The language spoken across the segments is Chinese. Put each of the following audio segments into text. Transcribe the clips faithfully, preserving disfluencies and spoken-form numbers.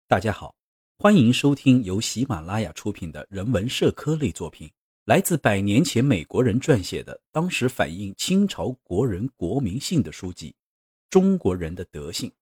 大家好，欢迎收听由喜马拉雅出品的人文社科类作品，来自百年前美国人撰写的，当时反映清朝国人国民性的书籍《中国人的德性》。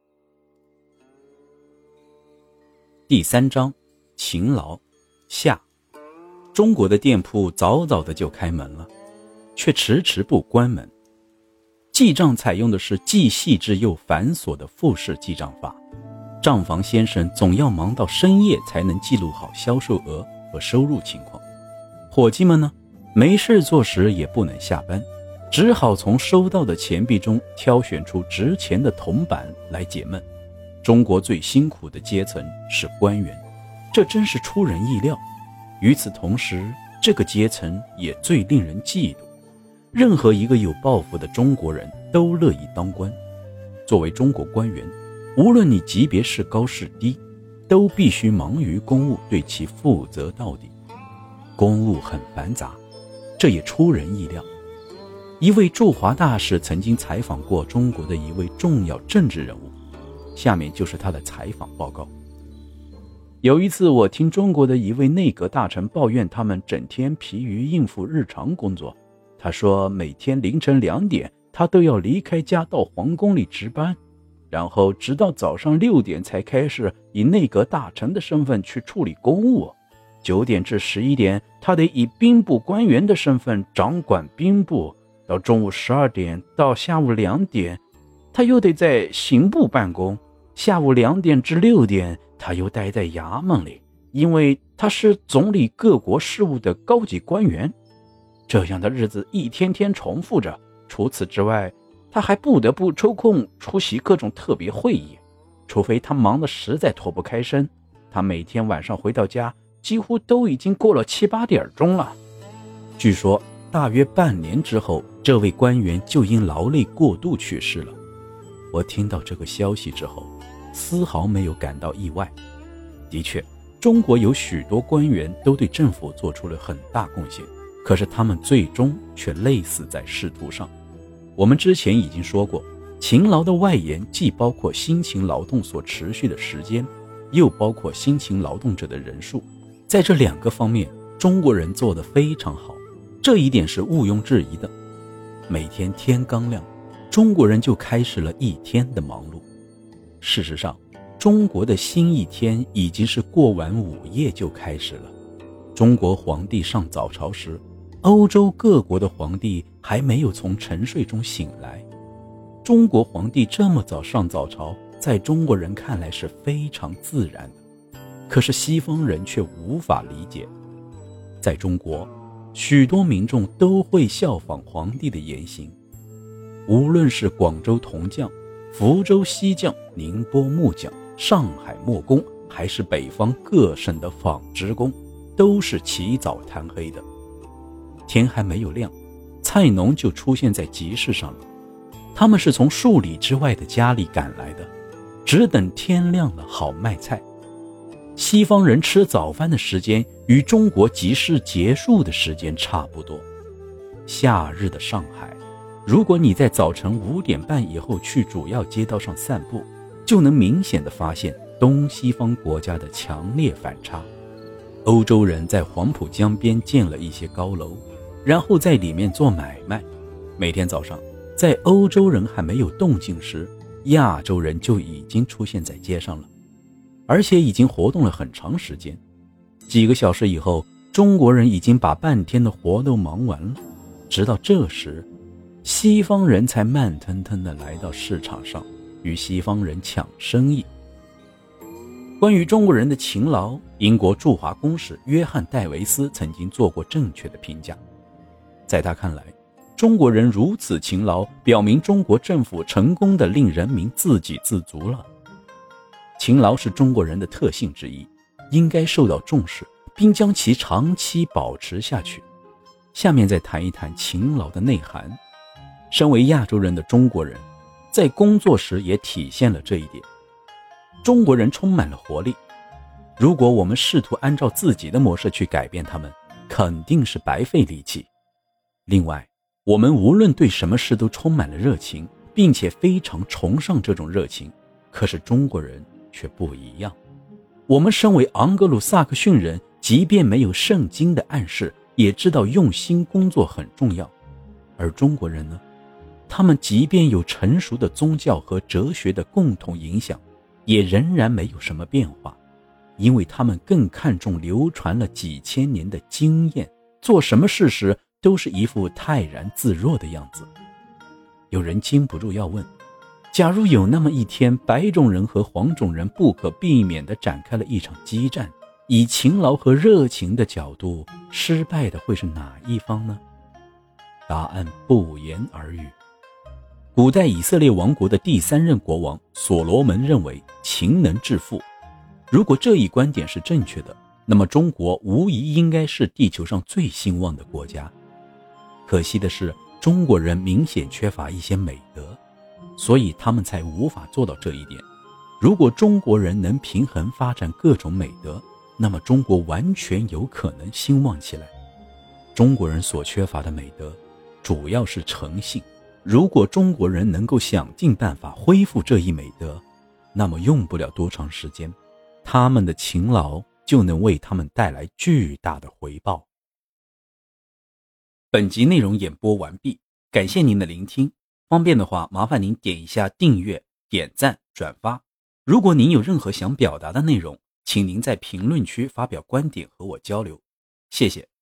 第三章，勤劳下。中国的店铺早早的就开门了，却迟迟不关门。记账采用的是既细致又繁琐的复式记账法，账房先生总要忙到深夜才能记录好销售额和收入情况。伙计们呢，没事做时也不能下班，只好从收到的钱币中挑选出值钱的铜板来解闷。中国最辛苦的阶层是官员，这真是出人意料。与此同时，这个阶层也最令人嫉妒。任何一个有抱负的中国人都乐意当官。作为中国官员，无论你级别是高是低，都必须忙于公务，对其负责到底。公务很繁杂，这也出人意料。一位驻华大使曾经采访过中国的一位重要政治人物，下面就是他的采访报告。有一次，我听中国的一位内阁大臣抱怨他们整天疲于应付日常工作。他说每天凌晨两点他都要离开家到皇宫里值班，然后直到早上六点才开始以内阁大臣的身份去处理公务。九点至十一点他得以兵部官员的身份掌管兵部，到中午十二点到下午两点他又得在刑部办公，下午两点至六点他又待在衙门里，因为他是总理各国事务的高级官员。这样的日子一天天重复着，除此之外，他还不得不抽空出席各种特别会议，除非他忙得实在脱不开身。他每天晚上回到家，几乎都已经过了七八点钟了。据说大约半年之后，这位官员就因劳累过度去世了。我听到这个消息之后，丝毫没有感到意外。的确，中国有许多官员都对政府做出了很大贡献，可是他们最终却累死在仕途上。我们之前已经说过，勤劳的外延既包括辛勤劳动所持续的时间，又包括辛勤劳动者的人数。在这两个方面，中国人做得非常好，这一点是毋庸置疑的。每天天刚亮，中国人就开始了一天的忙碌。事实上，中国的新一天已经是过完午夜就开始了。中国皇帝上早朝时，欧洲各国的皇帝还没有从沉睡中醒来。中国皇帝这么早上早朝，在中国人看来是非常自然的，可是西方人却无法理解。在中国，许多民众都会效仿皇帝的言行，无论是广州铜匠、福州锡匠、宁波木匠、上海墨工，还是北方各省的纺织工，都是起早贪黑的。天还没有亮，菜农就出现在集市上了。他们是从数里之外的家里赶来的，只等天亮了好卖菜。西方人吃早饭的时间与中国集市结束的时间差不多。夏日的上海，如果你在早晨五点半以后去主要街道上散步，就能明显地发现东西方国家的强烈反差。欧洲人在黄浦江边建了一些高楼，然后在里面做买卖。每天早上，在欧洲人还没有动静时，亚洲人就已经出现在街上了，而且已经活动了很长时间。几个小时以后，中国人已经把半天的活都忙完了。直到这时，西方人才慢腾腾地来到市场上，与西方人抢生意。关于中国人的勤劳，英国驻华公使约翰·戴维斯曾经做过正确的评价。在他看来，中国人如此勤劳，表明中国政府成功地令人民自给自足了。勤劳是中国人的特性之一，应该受到重视，并将其长期保持下去。下面再谈一谈勤劳的内涵。身为亚洲人的中国人，在工作时也体现了这一点。中国人充满了活力，如果我们试图按照自己的模式去改变他们，肯定是白费力气。另外，我们无论对什么事都充满了热情，并且非常崇尚这种热情，可是中国人却不一样。 我们身为昂格鲁萨克逊人，即便没有圣经的暗示，也知道用心工作很重要。而中国人呢，他们即便有成熟的宗教和哲学的共同影响，也仍然没有什么变化，因为他们更看重流传了几千年的经验，做什么事时都是一副泰然自若的样子。有人禁不住要问，假如有那么一天，白种人和黄种人不可避免地展开了一场激战，以勤劳和热情的角度，失败的会是哪一方呢？答案不言而喻。古代以色列王国的第三任国王所罗门认为勤能致富，如果这一观点是正确的，那么中国无疑应该是地球上最兴旺的国家。可惜的是，中国人明显缺乏一些美德，所以他们才无法做到这一点。如果中国人能平衡发展各种美德，那么中国完全有可能兴旺起来。中国人所缺乏的美德主要是诚信，如果中国人能够想尽办法恢复这一美德，那么用不了多长时间，他们的勤劳就能为他们带来巨大的回报。本集内容演播完毕，感谢您的聆听。方便的话，麻烦您点一下订阅、点赞、转发。如果您有任何想表达的内容，请您在评论区发表观点和我交流。谢谢。